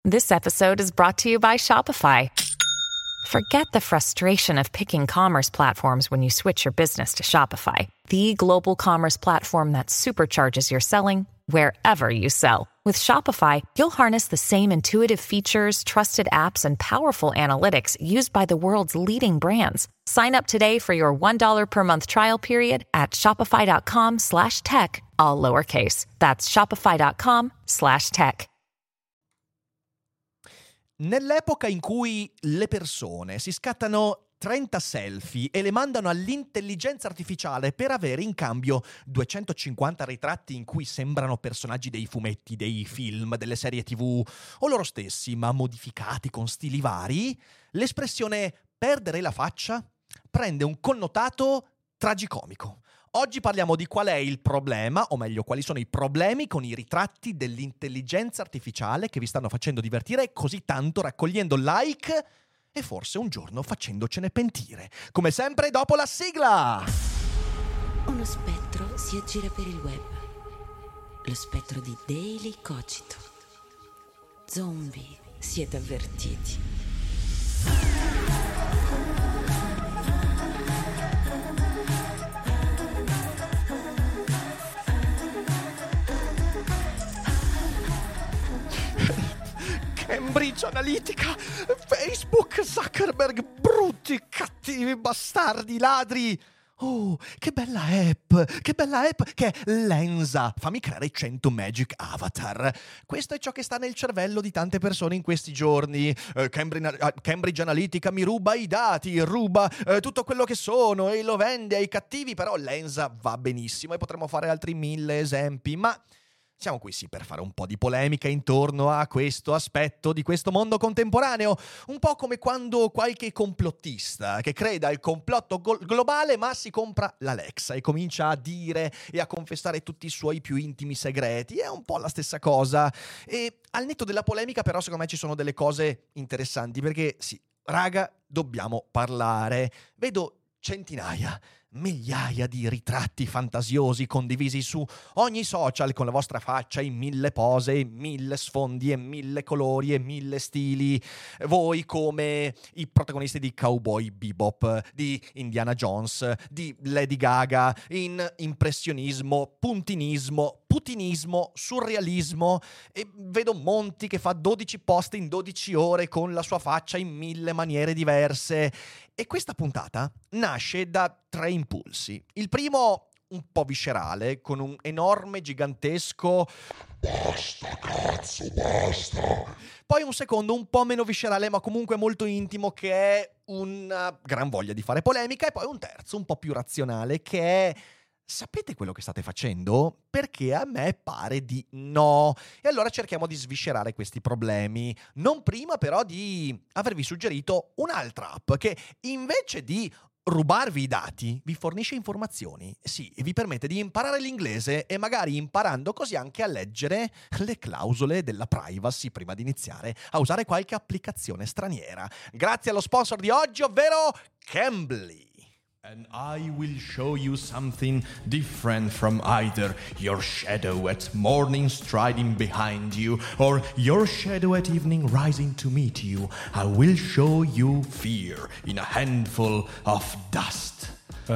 This episode is brought to you by Shopify. Forget the frustration of picking commerce platforms when you switch your business to Shopify, the global commerce platform that supercharges your selling wherever you sell. With Shopify, you'll harness the same intuitive features, trusted apps, and powerful analytics used by the world's leading brands. Sign up today for your $1 per month trial period at shopify.com/tech, all lowercase. That's shopify.com/tech. Nell'epoca in cui le persone si scattano 30 selfie e le mandano all'intelligenza artificiale per avere in cambio 250 ritratti in cui sembrano personaggi dei fumetti, dei film, delle serie TV o loro stessi, ma modificati con stili vari, l'espressione perdere la faccia prende un connotato tragicomico. Oggi parliamo di qual è il problema, o meglio, quali sono i problemi con i ritratti dell'intelligenza artificiale che vi stanno facendo divertire così tanto, raccogliendo like e forse un giorno facendocene pentire. Come sempre, dopo la sigla! Uno spettro si aggira per il web. Lo spettro di Daily Cogito. Zombie, siete avvertiti. Cambridge Analytica, Facebook, Zuckerberg, brutti, cattivi, bastardi, ladri. Oh, che bella app che è Lensa. Fammi creare 100 Magic Avatar. Questo è ciò che sta nel cervello di tante persone in questi giorni. Cambridge Analytica mi ruba i dati, ruba tutto quello che sono e lo vende ai cattivi, però Lensa va benissimo e potremmo fare altri 1000 esempi, ma siamo qui sì per fare un po' di polemica intorno a questo aspetto di questo mondo contemporaneo, un po' come quando qualche complottista che creda al complotto globale ma si compra l'Alexa e comincia a dire e a confessare tutti i suoi più intimi segreti. È un po' la stessa cosa. E al netto della polemica però secondo me ci sono delle cose interessanti, perché sì, raga, dobbiamo parlare. Vedo centinaia, migliaia di ritratti fantasiosi condivisi su ogni social con la vostra faccia in 1000 pose, 1000 sfondi e 1000 colori e 1000 stili. Voi come i protagonisti di Cowboy Bebop, di Indiana Jones, di Lady Gaga, in impressionismo, puntinismo, putinismo, surrealismo, e vedo Monti che fa 12 post in 12 ore con la sua faccia in 1000 maniere diverse. E questa puntata nasce da 3 impulsi. Il primo, un po' viscerale, con un enorme, gigantesco "basta cazzo, basta". Poi un secondo, un po' meno viscerale, ma comunque molto intimo, che è una gran voglia di fare polemica. E poi un terzo, un po' più razionale, che è: sapete quello che state facendo? Perché a me pare di no. E allora cerchiamo di sviscerare questi problemi. Non prima però di avervi suggerito un'altra app che invece di rubarvi i dati vi fornisce informazioni. Sì, e vi permette di imparare l'inglese e magari imparando così anche a leggere le clausole della privacy prima di iniziare a usare qualche applicazione straniera. Grazie allo sponsor di oggi, ovvero Cambly. And I will show you something different from either your shadow at morning striding behind you or your shadow at evening rising to meet you. I will show you fear in a handful of dust.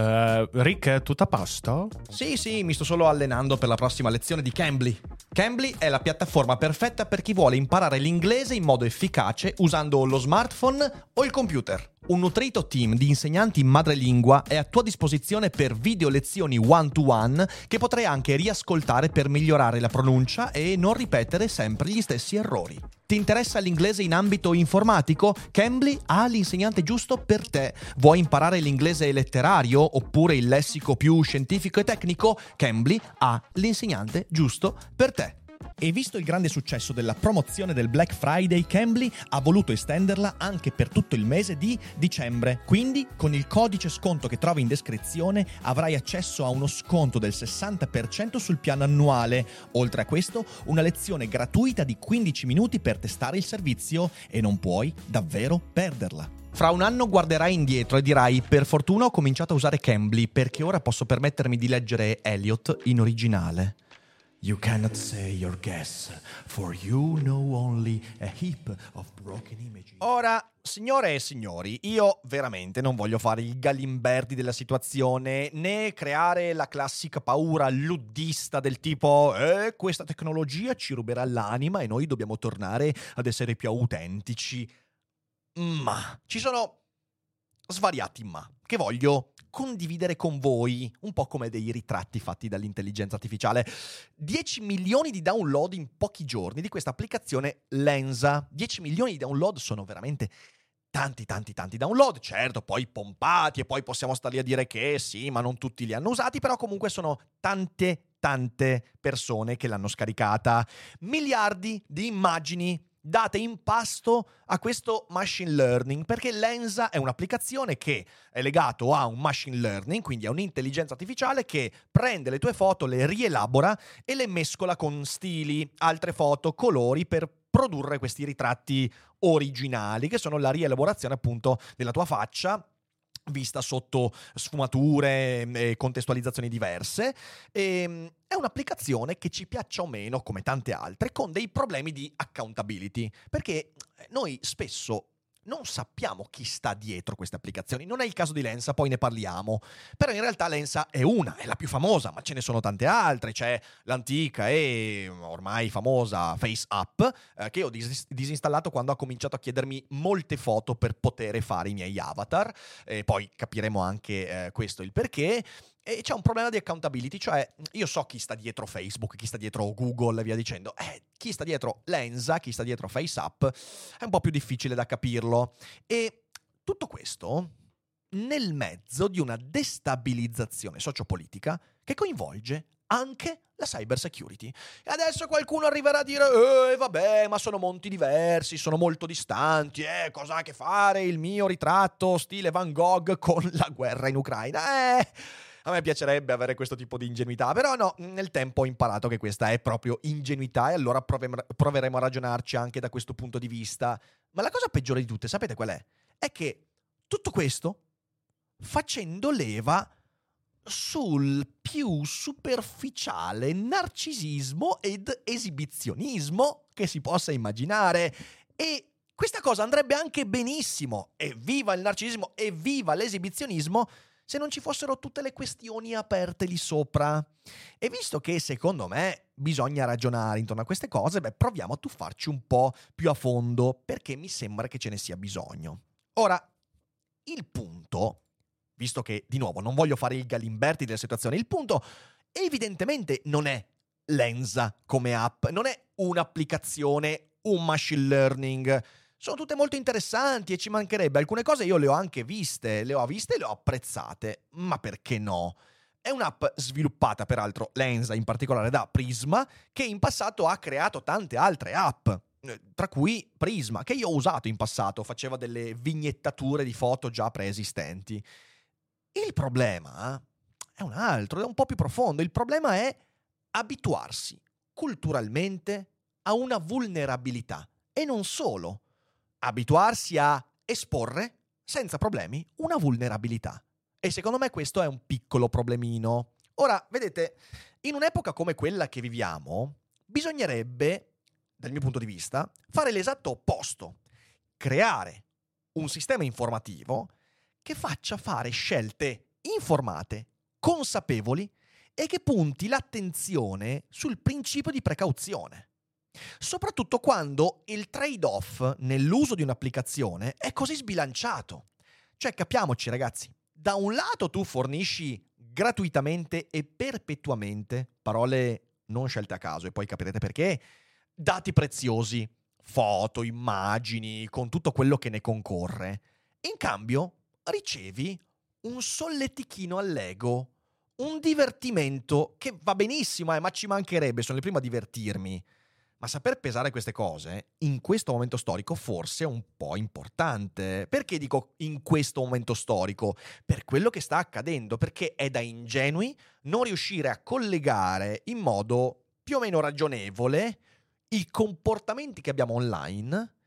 Rick, tutto a posto? Sì, mi sto solo allenando per la prossima lezione di Cambly. Cambly è la piattaforma perfetta per chi vuole imparare l'inglese in modo efficace usando lo smartphone o il computer. Un nutrito team di insegnanti in madrelingua è a tua disposizione per video lezioni one-to-one che potrai anche riascoltare per migliorare la pronuncia e non ripetere sempre gli stessi errori. Ti interessa l'inglese in ambito informatico? Cambly ha l'insegnante giusto per te. Vuoi imparare l'inglese letterario oppure il lessico più scientifico e tecnico? Cambly ha l'insegnante giusto per te. E visto il grande successo della promozione del Black Friday, Cambly ha voluto estenderla anche per tutto il mese di dicembre. Quindi, con il codice sconto che trovi in descrizione, avrai accesso a uno sconto del 60% sul piano annuale. Oltre a questo, una lezione gratuita di 15 minuti per testare il servizio e non puoi davvero perderla. Fra un anno guarderai indietro e dirai: per fortuna ho cominciato a usare Cambly perché ora posso permettermi di leggere Eliot in originale. You cannot say your guess, for you know only a heap of broken images. Ora, signore e signori, io veramente non voglio fare il Galimberti della situazione, né creare la classica paura luddista del tipo questa tecnologia ci ruberà l'anima e noi dobbiamo tornare ad essere più autentici. Ma ci sono svariati ma che voglio condividere con voi, un po' come dei ritratti fatti dall'intelligenza artificiale. 10 milioni di download in pochi giorni di questa applicazione Lensa. 10 milioni di download sono veramente tanti download, certo, poi pompati e poi possiamo stare lì a dire che sì, ma non tutti li hanno usati, però comunque sono tante persone che l'hanno scaricata. Miliardi di immagini date in pasto a questo machine learning, perché Lensa è un'applicazione che è legato a un machine learning, quindi a un'intelligenza artificiale che prende le tue foto, le rielabora e le mescola con stili, altre foto, colori per produrre questi ritratti originali, che sono la rielaborazione appunto della tua faccia vista sotto sfumature e contestualizzazioni diverse. È un'applicazione che ci piaccia o meno, come tante altre, con dei problemi di accountability, perché noi spesso non sappiamo chi sta dietro queste applicazioni. Non è il caso di Lensa, poi ne parliamo. Però in realtà Lensa è la più famosa, ma ce ne sono tante altre. C'è l'antica e ormai famosa FaceApp, che ho disinstallato quando ha cominciato a chiedermi molte foto per poter fare i miei avatar. Poi capiremo anche questo il perché. E c'è un problema di accountability, cioè io so chi sta dietro Facebook, chi sta dietro Google e via dicendo. Chi sta dietro Lensa, chi sta dietro FaceApp è un po' più difficile da capirlo. E tutto questo nel mezzo di una destabilizzazione sociopolitica che coinvolge anche la cyber security. E adesso qualcuno arriverà a dire vabbè, ma sono monti diversi, sono molto distanti, cosa ha a che fare il mio ritratto stile Van Gogh con la guerra in Ucraina? A me piacerebbe avere questo tipo di ingenuità, però no, nel tempo ho imparato che questa è proprio ingenuità e allora proveremo a ragionarci anche da questo punto di vista. Ma la cosa peggiore di tutte, sapete qual è? È che tutto questo facendo leva sul più superficiale narcisismo ed esibizionismo che si possa immaginare. E questa cosa andrebbe anche benissimo, evviva il narcisismo, evviva l'esibizionismo, se non ci fossero tutte le questioni aperte lì sopra. E visto che secondo me bisogna ragionare intorno a queste cose, proviamo a tuffarci un po' più a fondo, perché mi sembra che ce ne sia bisogno. Ora, il punto, visto che di nuovo non voglio fare il Galimberti della situazione, il punto evidentemente non è Lensa come app, non è un'applicazione, un machine learning. Sono tutte molto interessanti e ci mancherebbe. Alcune cose io le ho anche viste, le ho apprezzate, ma perché no? È un'app sviluppata, peraltro, Lensa in particolare da Prisma, che in passato ha creato tante altre app, tra cui Prisma, che io ho usato in passato, faceva delle vignettature di foto già preesistenti. Il problema è un altro, è un po' più profondo. Il problema è abituarsi culturalmente a una vulnerabilità. E non solo. Abituarsi a esporre, senza problemi, una vulnerabilità. E secondo me questo è un piccolo problemino. Ora, vedete, in un'epoca come quella che viviamo, bisognerebbe, dal mio punto di vista, fare l'esatto opposto. Creare un sistema informativo che faccia fare scelte informate, consapevoli e che punti l'attenzione sul principio di precauzione. Soprattutto quando il trade-off nell'uso di un'applicazione è così sbilanciato. Cioè, capiamoci ragazzi, da un lato tu fornisci gratuitamente e perpetuamente, parole non scelte a caso e poi capirete perché, dati preziosi, foto, immagini, con tutto quello che ne concorre. In cambio ricevi un solletichino all'ego, un divertimento che va benissimo, ma ci mancherebbe, sono il primo a divertirmi. Ma saper pesare queste cose, in questo momento storico, forse è un po' importante. Perché dico in questo momento storico? Per quello che sta accadendo, perché è da ingenui non riuscire a collegare in modo più o meno ragionevole i comportamenti che abbiamo online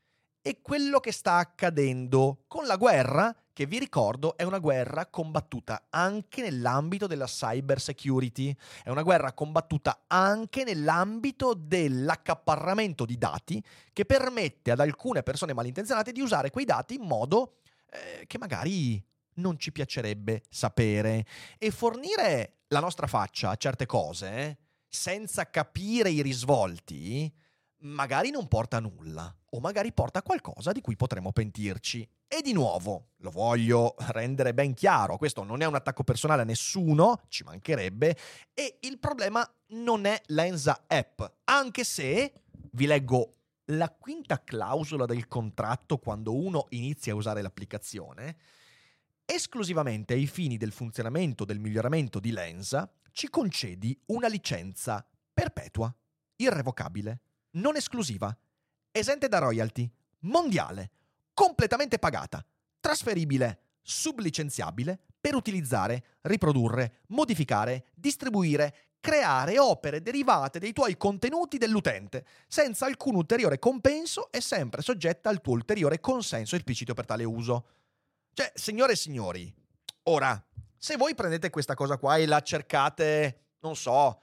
e quello che sta accadendo con la guerra, che vi ricordo è una guerra combattuta anche nell'ambito della cyber security, è una guerra combattuta anche nell'ambito dell'accaparramento di dati che permette ad alcune persone malintenzionate di usare quei dati in modo che magari non ci piacerebbe sapere, e fornire la nostra faccia a certe cose senza capire i risvolti magari non porta a nulla, o magari porta a qualcosa di cui potremo pentirci. E di nuovo, lo voglio rendere ben chiaro, questo non è un attacco personale a nessuno, ci mancherebbe, e il problema non è Lensa App, anche se vi leggo la quinta clausola del contratto quando uno inizia a usare l'applicazione. Esclusivamente ai fini del funzionamento del miglioramento di Lensa ci concedi una licenza perpetua, irrevocabile, non esclusiva, esente da royalty, mondiale, completamente pagata, trasferibile, sublicenziabile per utilizzare, riprodurre, modificare, distribuire, creare opere derivate dei tuoi contenuti dell'utente, senza alcun ulteriore compenso e sempre soggetta al tuo ulteriore consenso esplicito per tale uso. Cioè, signore e signori, ora, se voi prendete questa cosa qua e la cercate, non so,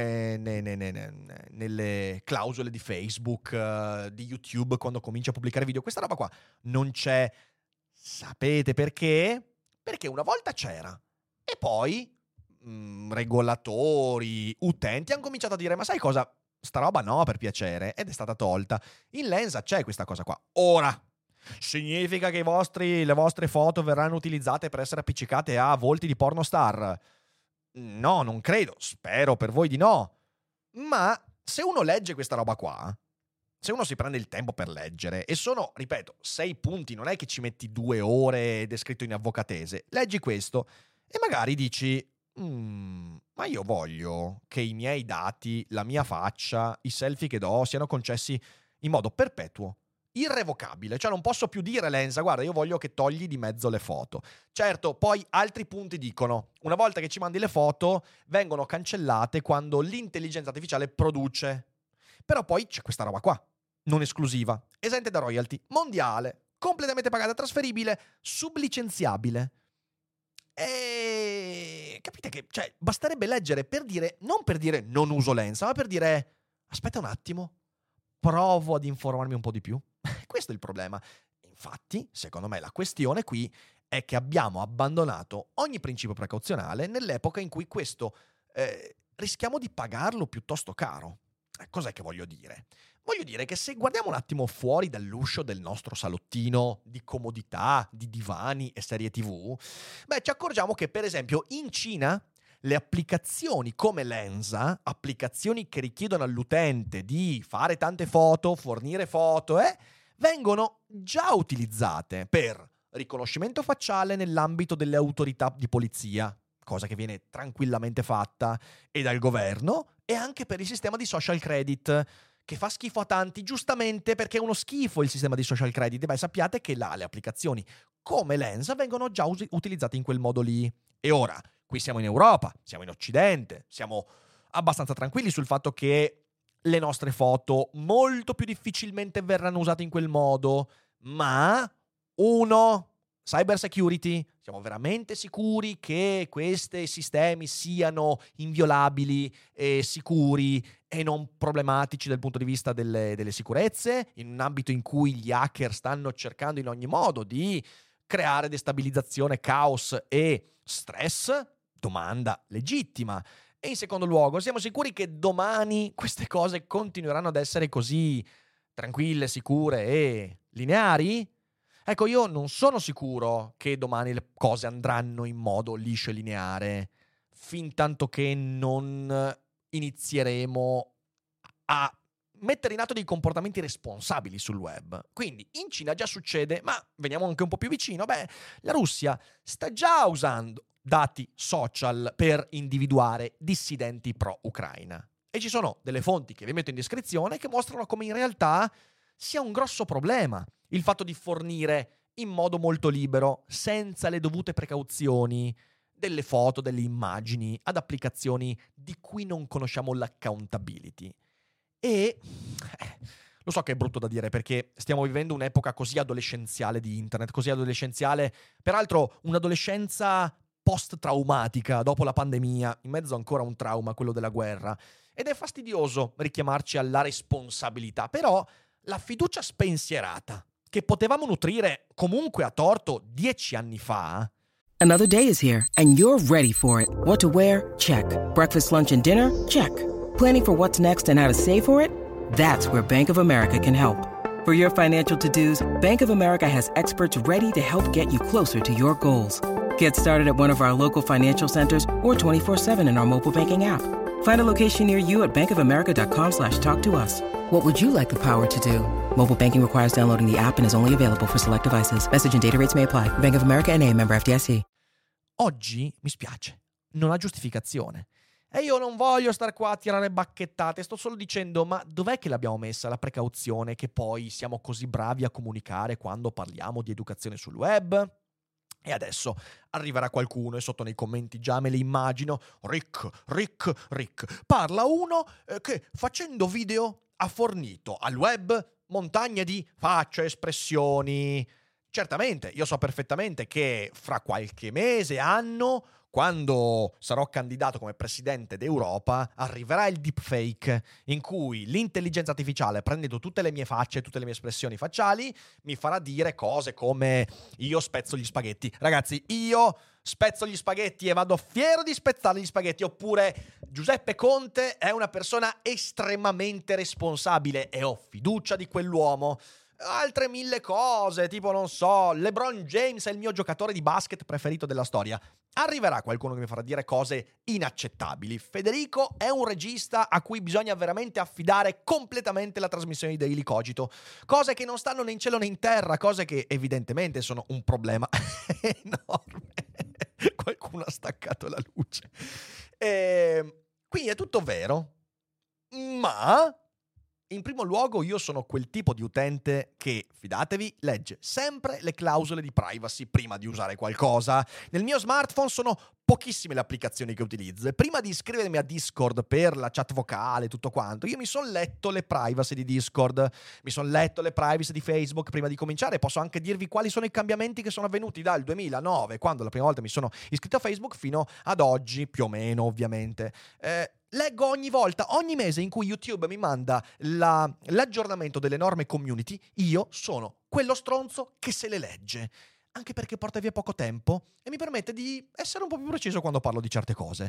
nelle clausole di Facebook, di YouTube, quando comincia a pubblicare video, questa roba qua non c'è. Sapete perché? Perché una volta c'era e poi regolatori, utenti hanno cominciato a dire: ma sai cosa? Sta roba no, per piacere, ed è stata tolta. In Lensa c'è questa cosa qua. Ora, significa che le vostre foto verranno utilizzate per essere appiccicate a volti di pornostar? No, non credo, spero per voi di no. Ma se uno legge questa roba qua, se uno si prende il tempo per leggere, e sono, ripeto, 6 punti, non è che ci metti 2 ore ed è scritto in avvocatese, leggi questo e magari dici: ma io voglio che i miei dati, la mia faccia, i selfie che do siano concessi in modo perpetuo, irrevocabile, cioè non posso più dire Lensa, guarda, io voglio che togli di mezzo le foto. Certo, poi altri punti dicono: una volta che ci mandi le foto vengono cancellate quando l'intelligenza artificiale produce. Però poi c'è questa roba qua, non esclusiva, esente da royalty, mondiale, completamente pagata, trasferibile, sublicenziabile. E capite che, cioè, basterebbe leggere per dire, non per dire non uso Lensa, ma per dire: aspetta un attimo, provo ad informarmi un po' di più. Questo è il problema. Infatti, secondo me, la questione qui è che abbiamo abbandonato ogni principio precauzionale nell'epoca in cui questo rischiamo di pagarlo piuttosto caro. Cos'è che voglio dire? Voglio dire che se guardiamo un attimo fuori dall'uscio del nostro salottino di comodità, di divani e serie TV, ci accorgiamo che, per esempio, in Cina le applicazioni come Lensa, applicazioni che richiedono all'utente di fare tante foto, fornire foto, vengono già utilizzate per riconoscimento facciale nell'ambito delle autorità di polizia, cosa che viene tranquillamente fatta, e dal governo, e anche per il sistema di social credit, che fa schifo a tanti, giustamente, perché è uno schifo il sistema di social credit. Sappiate che là le applicazioni come Lensa vengono già utilizzate in quel modo lì. E ora, qui siamo in Europa, siamo in Occidente, siamo abbastanza tranquilli sul fatto che le nostre foto molto più difficilmente verranno usate in quel modo, ma cyber security, siamo veramente sicuri che questi sistemi siano inviolabili e sicuri e non problematici dal punto di vista delle sicurezze, in un ambito in cui gli hacker stanno cercando in ogni modo di creare destabilizzazione, caos e stress? Domanda legittima. E in secondo luogo, siamo sicuri che domani queste cose continueranno ad essere così tranquille, sicure e lineari? Ecco, io non sono sicuro che domani le cose andranno in modo liscio e lineare, fin tanto che non inizieremo a mettere in atto dei comportamenti responsabili sul web. Quindi in Cina già succede, ma veniamo anche un po' più vicino, la Russia sta già usando dati social per individuare dissidenti pro-Ucraina. E ci sono delle fonti che vi metto in descrizione che mostrano come in realtà sia un grosso problema il fatto di fornire in modo molto libero, senza le dovute precauzioni, delle foto, delle immagini ad applicazioni di cui non conosciamo l'accountability. E Lo so che è brutto da dire perché stiamo vivendo un'epoca così adolescenziale di internet, così adolescenziale, peraltro un'adolescenza post-traumatica dopo la pandemia, in mezzo ancora a un trauma, quello della guerra. Ed è fastidioso richiamarci alla responsabilità, però la fiducia spensierata che potevamo nutrire comunque a torto 10 anni fa. Another day is here, and you're ready for it. What to wear? Check. Breakfast, lunch, and dinner? Check. Planning for what's next and how to save for it? That's where Bank of America can help. For your financial to-dos, Bank of America has experts ready to help get you closer to your goals. Get started at one of our local financial centers or 24/7 in our mobile banking app. Find a location near you at bankofamerica.com/talktous. What would you like the power to do? Mobile banking requires downloading the app and is only available for select devices. Message and data rates may apply. Bank of America N.A., member FDIC. Oggi, mi spiace, non ha giustificazione. E io non voglio star qua a tirare bacchettate, sto solo dicendo, ma dov'è che l'abbiamo messa la precauzione che poi siamo così bravi a comunicare quando parliamo di educazione sul web? E adesso arriverà qualcuno e sotto nei commenti già me li immagino. Rick. Parla uno che facendo video ha fornito al web montagne di facce, espressioni. Certamente, io so perfettamente che fra qualche mese, anno, quando sarò candidato come presidente d'Europa, arriverà il deepfake, in cui l'intelligenza artificiale, prendendo tutte le mie facce, tutte le mie espressioni facciali, mi farà dire cose come io spezzo gli spaghetti. Ragazzi, io spezzo gli spaghetti e vado fiero di spezzare gli spaghetti. Oppure Giuseppe Conte è una persona estremamente responsabile e ho fiducia di quell'uomo. Altre 1000 cose, tipo non so, LeBron James è il mio giocatore di basket preferito della storia. Arriverà qualcuno che mi farà dire cose inaccettabili. Federico è un regista a cui bisogna veramente affidare completamente la trasmissione di Daily Cogito. Cose che non stanno né in cielo né in terra, cose che evidentemente sono un problema enorme. Qualcuno ha staccato la luce. Quindi è tutto vero, ma in primo luogo io sono quel tipo di utente che, fidatevi, legge sempre le clausole di privacy prima di usare qualcosa. Nel mio smartphone sono pochissime le applicazioni che utilizzo e prima di iscrivermi a Discord per la chat vocale e tutto quanto, io mi sono letto le privacy di Discord, mi sono letto le privacy di Facebook prima di cominciare. Posso anche dirvi quali sono i cambiamenti che sono avvenuti dal 2009, quando la prima volta mi sono iscritto a Facebook, fino ad oggi, più o meno ovviamente. Leggo ogni volta, ogni mese in cui YouTube mi manda l'aggiornamento delle norme community, io sono quello stronzo che se le legge. Anche perché porta via poco tempo e mi permette di essere un po' più preciso quando parlo di certe cose.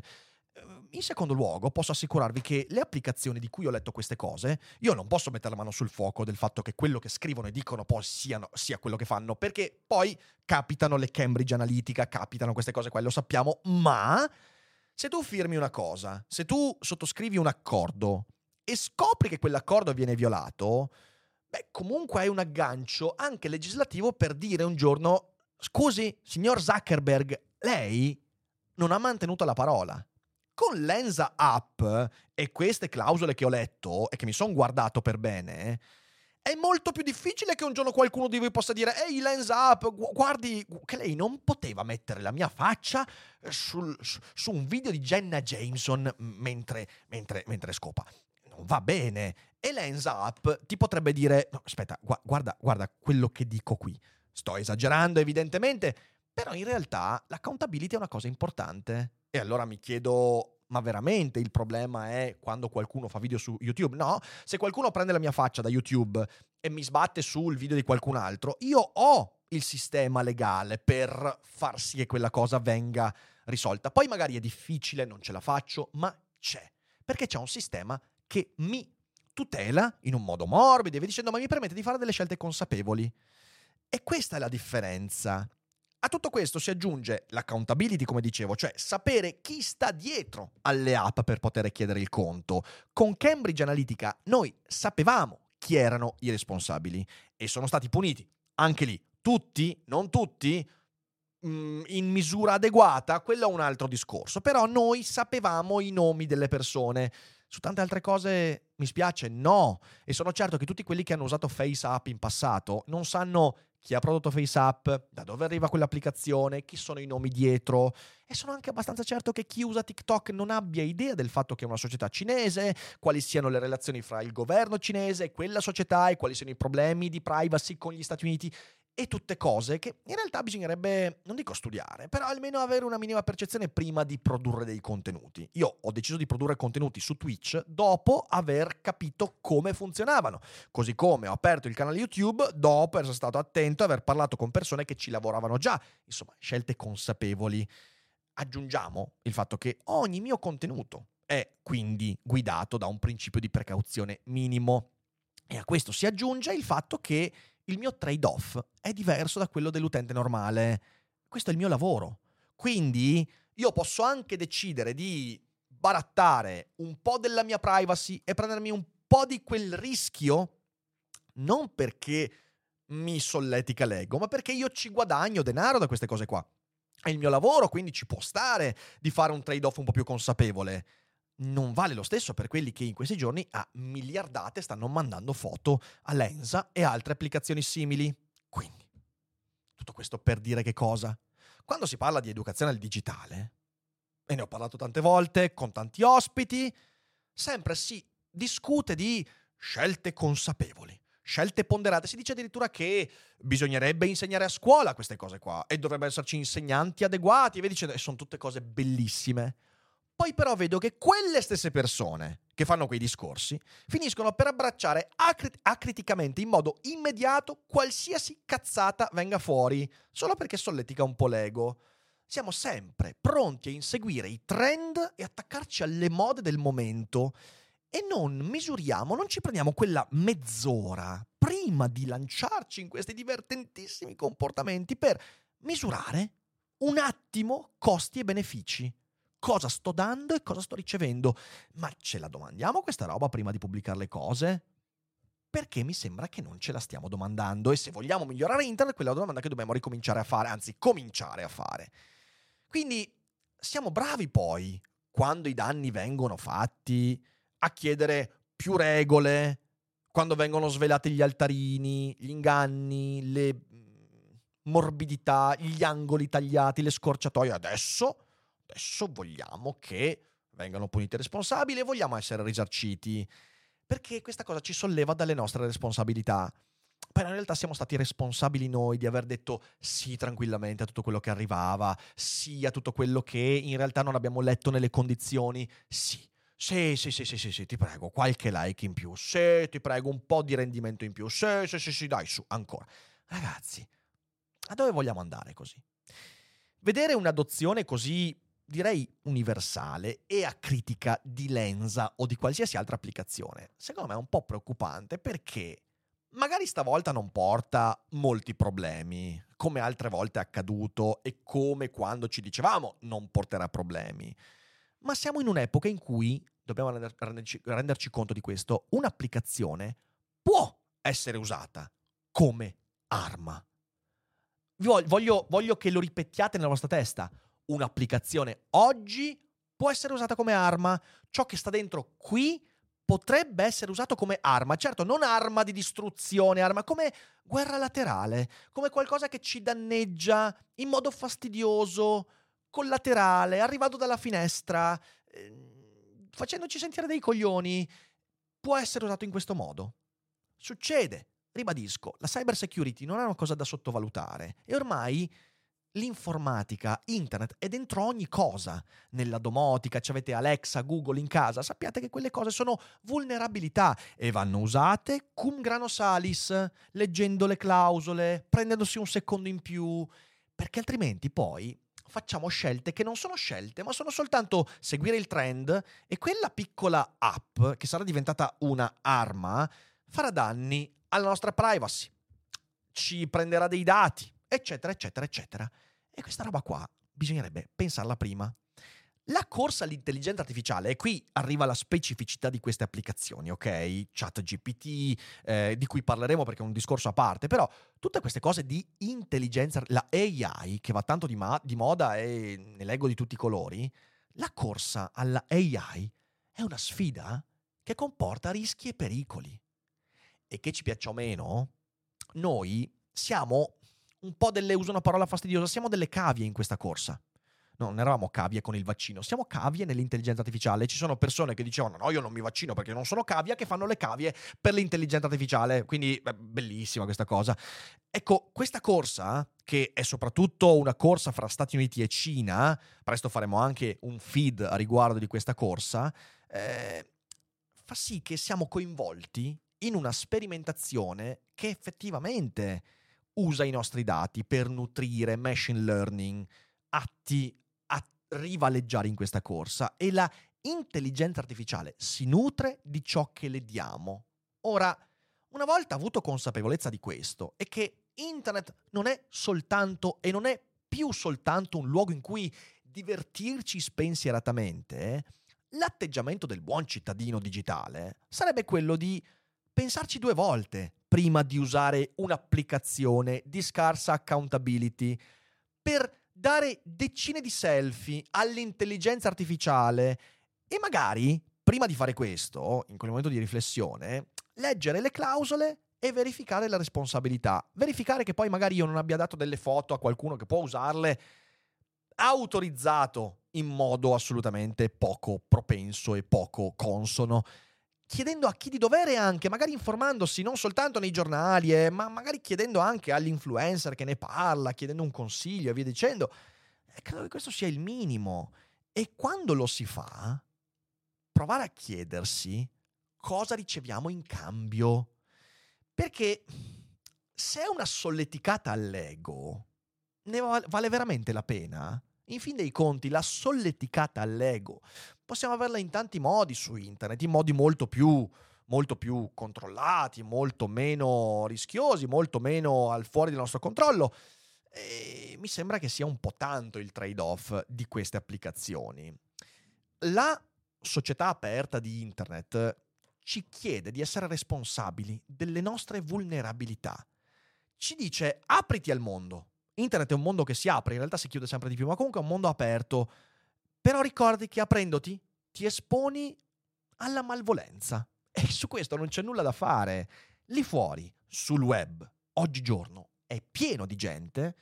In secondo luogo, posso assicurarvi che le applicazioni di cui ho letto queste cose, io non posso mettere la mano sul fuoco del fatto che quello che scrivono e dicono poi sia quello che fanno, perché poi capitano le Cambridge Analytica, capitano queste cose qua, lo sappiamo, ma se tu firmi una cosa, se tu sottoscrivi un accordo e scopri che quell'accordo viene violato, comunque hai un aggancio anche legislativo per dire un giorno: scusi, signor Zuckerberg, lei non ha mantenuto la parola. Con Lensa App e queste clausole che ho letto e che mi sono guardato per bene, è molto più difficile che un giorno qualcuno di voi possa dire: ehi, Lensa App, guardi che lei non poteva mettere la mia faccia su un video di Jenna Jameson mentre scopa. Non va bene. E Lensa App ti potrebbe dire: no, aspetta, guarda quello che dico qui. Sto esagerando evidentemente, però in realtà l'accountability è una cosa importante. E allora mi chiedo: ma veramente il problema è quando qualcuno fa video su YouTube? No, se qualcuno prende la mia faccia da YouTube e mi sbatte sul video di qualcun altro, io ho il sistema legale per far sì che quella cosa venga risolta. Poi magari è difficile, non ce la faccio, ma c'è. Perché c'è un sistema che mi tutela in un modo morbido e via dicendo, ma mi permette di fare delle scelte consapevoli. E questa è la differenza. A tutto questo si aggiunge l'accountability, come dicevo, cioè sapere chi sta dietro alle app per poter chiedere il conto. Con Cambridge Analytica noi sapevamo chi erano i responsabili e sono stati puniti. Anche lì, tutti, non tutti, in misura adeguata, quello è un altro discorso. Però noi sapevamo i nomi delle persone. Su tante altre cose, mi spiace, no. E sono certo che tutti quelli che hanno usato FaceApp in passato non sanno chi ha prodotto FaceApp, da dove arriva quell'applicazione, chi sono i nomi dietro, e sono anche abbastanza certo che chi usa TikTok non abbia idea del fatto che è una società cinese, quali siano le relazioni fra il governo cinese e quella società e quali siano i problemi di privacy con gli Stati Uniti, e tutte cose che in realtà bisognerebbe, non dico studiare, però almeno avere una minima percezione prima di produrre dei contenuti. Io ho deciso di produrre contenuti su Twitch dopo aver capito come funzionavano, così come ho aperto il canale YouTube dopo essere stato attento e aver parlato con persone che ci lavoravano già. Insomma, scelte consapevoli. Aggiungiamo il fatto che ogni mio contenuto è quindi guidato da un principio di precauzione minimo, e a questo si aggiunge il fatto che il mio trade-off è diverso da quello dell'utente normale. Questo è il mio lavoro. Quindi io posso anche decidere di barattare un po' della mia privacy e prendermi un po' di quel rischio, non perché mi solletica l'ego, ma perché io ci guadagno denaro da queste cose qua. È il mio lavoro, quindi ci può stare di fare un trade-off un po' più consapevole. Non vale lo stesso per quelli che in questi giorni a miliardate stanno mandando foto a Lensa e altre applicazioni simili. Quindi, tutto questo per dire che cosa? Quando si parla di educazione al digitale, e ne ho parlato tante volte con tanti ospiti, sempre si discute di scelte consapevoli, scelte ponderate. Si dice addirittura che bisognerebbe insegnare a scuola queste cose qua e dovrebbero esserci insegnanti adeguati e via dicendo, e sono tutte cose bellissime. Poi però vedo che quelle stesse persone che fanno quei discorsi finiscono per abbracciare acriticamente in modo immediato qualsiasi cazzata venga fuori, solo perché solletica un po' l'ego. Siamo sempre pronti a inseguire i trend e attaccarci alle mode del momento e non misuriamo, non ci prendiamo quella mezz'ora prima di lanciarci in questi divertentissimi comportamenti per misurare un attimo costi e benefici. Cosa sto dando e cosa sto ricevendo? Ma ce la domandiamo questa roba prima di pubblicare le cose? Perché mi sembra che non ce la stiamo domandando, e se vogliamo migliorare internet, quella è la domanda che dobbiamo ricominciare a fare, anzi cominciare a fare. Quindi siamo bravi poi, quando i danni vengono fatti, a chiedere più regole, quando vengono svelati gli altarini, gli inganni, le morbidità, gli angoli tagliati, le scorciatoie. Adesso vogliamo che vengano puniti i responsabili e vogliamo essere risarciti, perché questa cosa ci solleva dalle nostre responsabilità. Però in realtà siamo stati responsabili noi di aver detto sì tranquillamente a tutto quello che arrivava, sì a tutto quello che in realtà non abbiamo letto nelle condizioni. Sì, ti prego, qualche like in più, sì, ti prego, un po' di rendimento in più, sì, dai, su, ancora. Ragazzi, a dove vogliamo andare così? Vedere un'adozione così, direi universale e acritica di Lensa o di qualsiasi altra applicazione, secondo me è un po' preoccupante, perché magari stavolta non porta molti problemi, come altre volte è accaduto e come quando ci dicevamo non porterà problemi. Ma siamo in un'epoca in cui dobbiamo renderci conto di questo. Un'applicazione può essere usata come arma. Voglio che lo ripetiate nella vostra testa. Un'applicazione oggi può essere usata come arma. Ciò che sta dentro qui potrebbe essere usato come arma. Certo, non arma di distruzione, arma come guerra laterale, come qualcosa che ci danneggia in modo fastidioso, collaterale, arrivato dalla finestra, facendoci sentire dei coglioni. Può essere usato in questo modo. Succede. Ribadisco, la cyber security non è una cosa da sottovalutare e ormai l'informatica, internet è dentro ogni cosa. Nella domotica ci avete Alexa, Google in casa, sappiate che quelle cose sono vulnerabilità e vanno usate cum grano salis, leggendo le clausole, prendendosi un secondo in più, perché altrimenti poi facciamo scelte che non sono scelte, ma sono soltanto seguire il trend, e quella piccola app che sarà diventata una arma farà danni alla nostra privacy, ci prenderà dei dati, eccetera, eccetera, eccetera. E questa roba qua bisognerebbe pensarla prima. La corsa all'intelligenza artificiale, e qui arriva la specificità di queste applicazioni, ok? ChatGPT, di cui parleremo perché è un discorso a parte, però tutte queste cose di intelligenza, la AI, che va tanto di moda e ne leggo di tutti i colori, la corsa alla AI è una sfida che comporta rischi e pericoli. E che ci piaccia o meno, noi siamo un po' uso una parola fastidiosa, siamo delle cavie in questa corsa. No, non eravamo cavie con il vaccino, siamo cavie nell'intelligenza artificiale. Ci sono persone che dicevano no, io non mi vaccino perché non sono cavia, che fanno le cavie per l'intelligenza artificiale. Quindi bellissima questa cosa. Ecco, questa corsa, che è soprattutto una corsa fra Stati Uniti e Cina, presto faremo anche un feed a riguardo di questa corsa, fa sì che siamo coinvolti in una sperimentazione che effettivamente usa i nostri dati per nutrire machine learning, atti a rivaleggiare in questa corsa, e la intelligenza artificiale si nutre di ciò che le diamo. Ora, una volta avuto consapevolezza di questo, e che internet non è soltanto e non è più soltanto un luogo in cui divertirci spensieratamente, l'atteggiamento del buon cittadino digitale sarebbe quello di pensarci 2 volte prima di usare un'applicazione di scarsa accountability per dare decine di selfie all'intelligenza artificiale e magari, prima di fare questo, in quel momento di riflessione, leggere le clausole e verificare la responsabilità. Verificare che poi magari io non abbia dato delle foto a qualcuno che può usarle autorizzato in modo assolutamente poco propenso e poco consono, chiedendo a chi di dovere anche, magari informandosi non soltanto nei giornali, ma magari chiedendo anche all'influencer che ne parla, chiedendo un consiglio e via dicendo. Credo che questo sia il minimo. E quando lo si fa, provare a chiedersi cosa riceviamo in cambio. Perché se è una solleticata all'ego, ne vale veramente la pena? In fin dei conti, la solleticata all'ego possiamo averla in tanti modi su internet, in modi molto più controllati, molto meno rischiosi, molto meno al fuori del nostro controllo. E mi sembra che sia un po' tanto il trade-off di queste applicazioni. La società aperta di internet ci chiede di essere responsabili delle nostre vulnerabilità. Ci dice: apriti al mondo. Internet è un mondo che si apre, in realtà si chiude sempre di più, ma comunque è un mondo aperto. Però ricordi che aprendoti ti esponi alla malvolenza. E su questo non c'è nulla da fare. Lì fuori, sul web, oggigiorno, è pieno di gente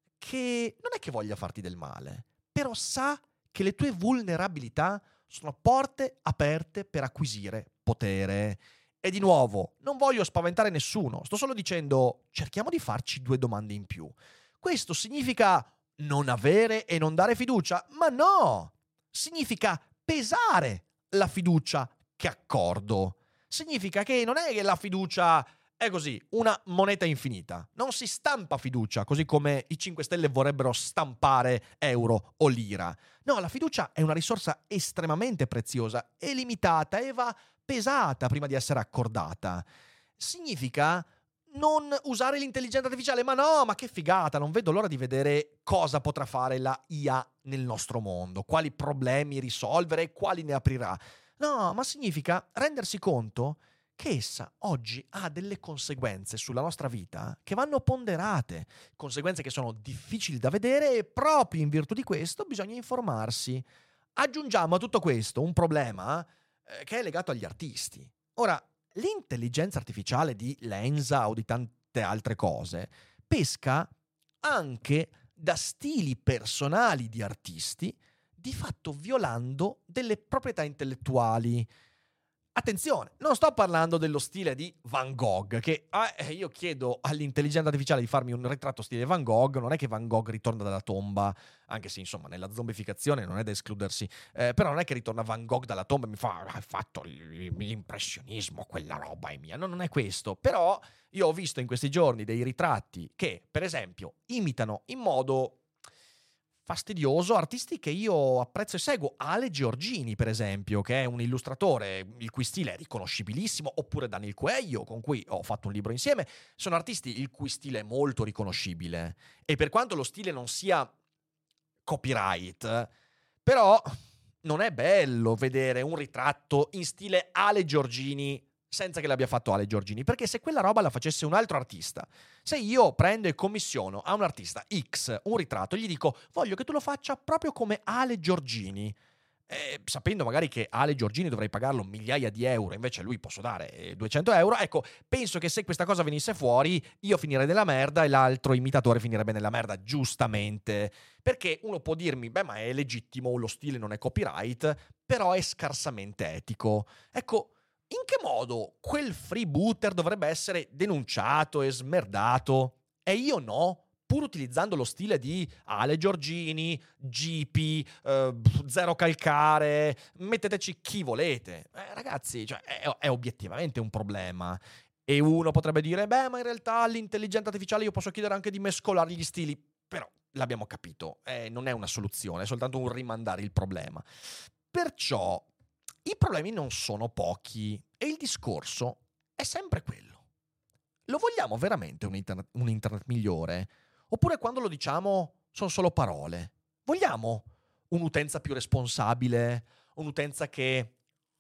che non è che voglia farti del male, però sa che le tue vulnerabilità sono porte aperte per acquisire potere. E di nuovo, non voglio spaventare nessuno, sto solo dicendo: cerchiamo di farci 2 domande in più. Questo significa non avere e non dare fiducia? Ma no! Significa pesare la fiducia che accordo. Significa che non è che la fiducia è così, una moneta infinita. Non si stampa fiducia, così come i 5 Stelle vorrebbero stampare euro o lira. No, la fiducia è una risorsa estremamente preziosa e limitata e va pesata prima di essere accordata. Significa non usare l'intelligenza artificiale? Ma no, ma che figata, non vedo l'ora di vedere cosa potrà fare la IA nel nostro mondo, quali problemi risolvere e quali ne aprirà. No, ma significa rendersi conto che essa oggi ha delle conseguenze sulla nostra vita che vanno ponderate, conseguenze che sono difficili da vedere e proprio in virtù di questo bisogna informarsi. Aggiungiamo a tutto questo un problema che è legato agli artisti. Ora, l'intelligenza artificiale di Lensa o di tante altre cose pesca anche da stili personali di artisti, di fatto violando delle proprietà intellettuali. Attenzione, non sto parlando dello stile di Van Gogh, che io chiedo all'intelligenza artificiale di farmi un ritratto stile Van Gogh, non è che Van Gogh ritorna dalla tomba, anche se insomma nella zombificazione non è da escludersi, però non è che ritorna Van Gogh dalla tomba e mi fa: hai fatto l'impressionismo, quella roba è mia. No, non è questo. Però io ho visto in questi giorni dei ritratti che, per esempio, imitano in modo fastidioso artisti che io apprezzo e seguo. Ale Giorgini, per esempio, che è un illustratore il cui stile è riconoscibilissimo, oppure Daniel Coelho, con cui ho fatto un libro insieme. Sono artisti il cui stile è molto riconoscibile, e per quanto lo stile non sia copyright, però non è bello vedere un ritratto in stile Ale Giorgini senza che l'abbia fatto Ale Giorgini, perché se quella roba la facesse un altro artista, se io prendo e commissiono a un artista X un ritratto, gli dico: voglio che tu lo faccia proprio come Ale Giorgini, sapendo magari che Ale Giorgini dovrei pagarlo migliaia di euro, invece a lui posso dare 200 euro, ecco, penso che se questa cosa venisse fuori io finirei nella merda e l'altro imitatore finirebbe nella merda, giustamente, perché uno può dirmi, beh, ma è legittimo, lo stile non è copyright, però è scarsamente etico. Ecco, in che modo quel freebooter dovrebbe essere denunciato e smerdato e io no? Pur utilizzando lo stile di Ale Giorgini, GP, Zero Calcare, metteteci chi volete. Ragazzi, cioè, è obiettivamente un problema. E uno potrebbe dire, beh, ma in realtà all'intelligenza artificiale io posso chiedere anche di mescolare gli stili. Però, l'abbiamo capito, non è una soluzione, è soltanto un rimandare il problema. Perciò, i problemi non sono pochi e il discorso è sempre quello. Lo vogliamo veramente un internet migliore? Oppure quando lo diciamo sono solo parole? Vogliamo un'utenza più responsabile? Un'utenza che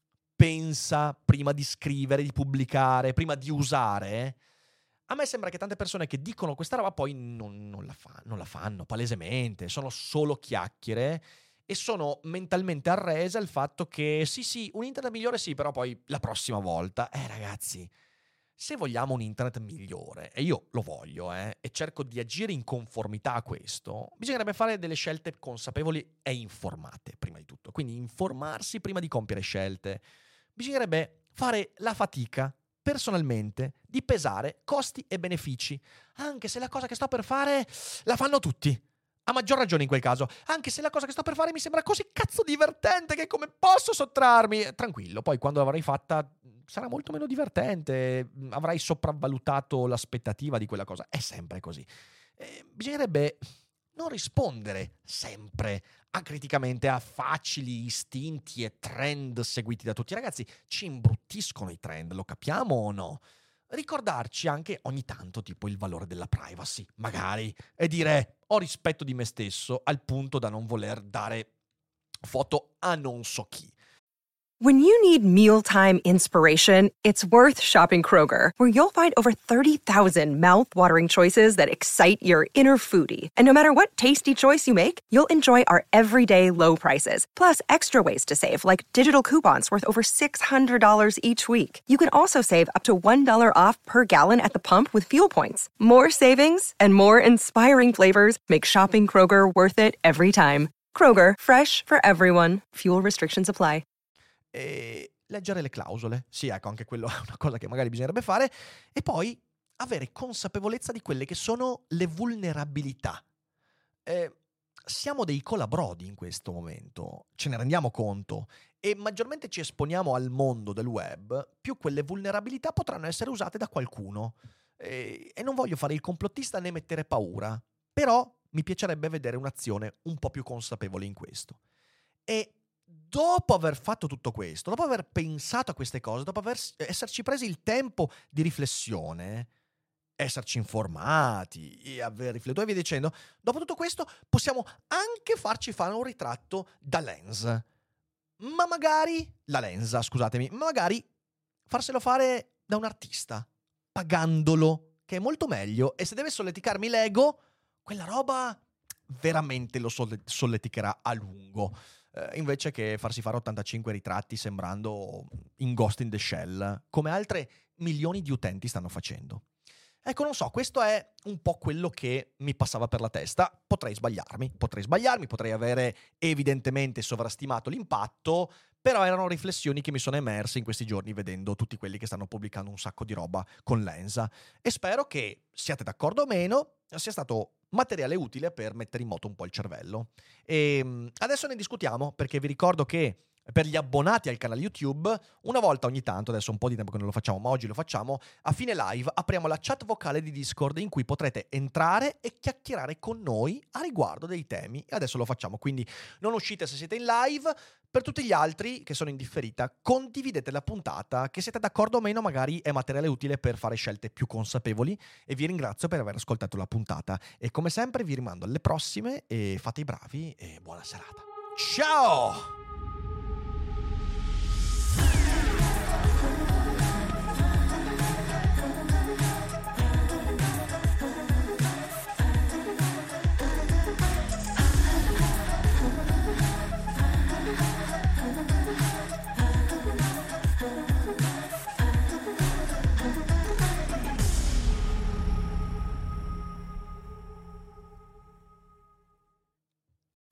pensa prima di scrivere, di pubblicare, prima di usare? A me sembra che tante persone che dicono questa roba poi non la fanno palesemente, sono solo chiacchiere e sono mentalmente arrese al fatto che sì, un internet migliore sì, però poi la prossima volta. Ragazzi, se vogliamo un internet migliore, e io lo voglio, e cerco di agire in conformità a questo, bisognerebbe fare delle scelte consapevoli e informate, prima di tutto. Quindi informarsi prima di compiere scelte. Bisognerebbe fare la fatica, personalmente, di pesare costi e benefici, anche se la cosa che sto per fare la fanno tutti. A maggior ragione in quel caso, anche se la cosa che sto per fare mi sembra così cazzo divertente che come posso sottrarmi? Tranquillo, poi quando l'avrai fatta sarà molto meno divertente, avrai sopravvalutato l'aspettativa di quella cosa, è sempre così. Bisognerebbe non rispondere sempre acriticamente a facili istinti e trend seguiti da tutti. Ragazzi, ci imbruttiscono i trend, lo capiamo o no? Ricordarci anche ogni tanto tipo il valore della privacy, magari, e dire ho rispetto di me stesso al punto da non voler dare foto a non so chi. When you need mealtime inspiration, it's worth shopping Kroger, where you'll find over 30,000 mouth-watering choices that excite your inner foodie. And no matter what tasty choice you make, you'll enjoy our everyday low prices, plus extra ways to save, like digital coupons worth over $600 each week. You can also save up to $1 off per gallon at the pump with fuel points. More savings and more inspiring flavors make shopping Kroger worth it every time. Kroger, fresh for everyone. Fuel restrictions apply. E leggere le clausole. Sì, ecco, anche quello è una cosa che magari bisognerebbe fare. E poi avere consapevolezza di quelle che sono le vulnerabilità. Siamo dei colabrodi in questo momento, ce ne rendiamo conto, e maggiormente ci esponiamo al mondo del web, più quelle vulnerabilità potranno essere usate da qualcuno. E non voglio fare il complottista né mettere paura, però mi piacerebbe vedere un'azione un po' più consapevole in questo. E dopo aver fatto tutto questo, dopo aver pensato a queste cose, dopo esserci presi il tempo di riflessione, esserci informati e aver riflettuto e via dicendo, dopo tutto questo possiamo anche farci fare un ritratto da lens. Ma magari farselo fare da un artista, pagandolo, che è molto meglio, e se deve solleticarmi l'ego, quella roba veramente lo solleticherà a lungo. Invece che farsi fare 85 ritratti sembrando in Ghost in the Shell, come altre milioni di utenti stanno facendo. Ecco, non so, questo è un po' quello che mi passava per la testa. Potrei sbagliarmi, potrei avere evidentemente sovrastimato l'impatto, però erano riflessioni che mi sono emerse in questi giorni vedendo tutti quelli che stanno pubblicando un sacco di roba con Lensa, e spero che, siate d'accordo o meno, sia stato materiale utile per mettere in moto un po' il cervello. E adesso ne discutiamo, perché vi ricordo che per gli abbonati al canale YouTube, una volta ogni tanto, adesso un po' di tempo che non lo facciamo, ma oggi lo facciamo, a fine live apriamo la chat vocale di Discord in cui potrete entrare e chiacchierare con noi a riguardo dei temi, e adesso lo facciamo, quindi non uscite se siete in live. Per tutti gli altri che sono in differita, condividete la puntata, che siete d'accordo o meno magari è materiale utile per fare scelte più consapevoli, e vi ringrazio per aver ascoltato la puntata, e come sempre vi rimando alle prossime, e fate i bravi e buona serata. Ciao!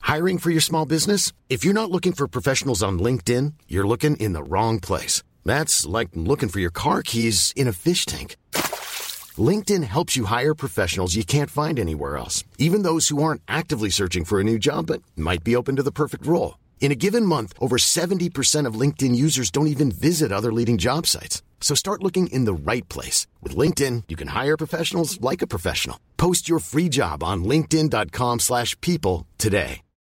Hiring for your small business? If you're not looking for professionals on LinkedIn, you're looking in the wrong place. That's like looking for your car keys in a fish tank. LinkedIn helps you hire professionals you can't find anywhere else, even those who aren't actively searching for a new job but might be open to the perfect role. In a given month, over 70% of LinkedIn users don't even visit other leading job sites. So start looking in the right place. With LinkedIn, you can hire professionals like a professional. Post your free job on linkedin.com/people today.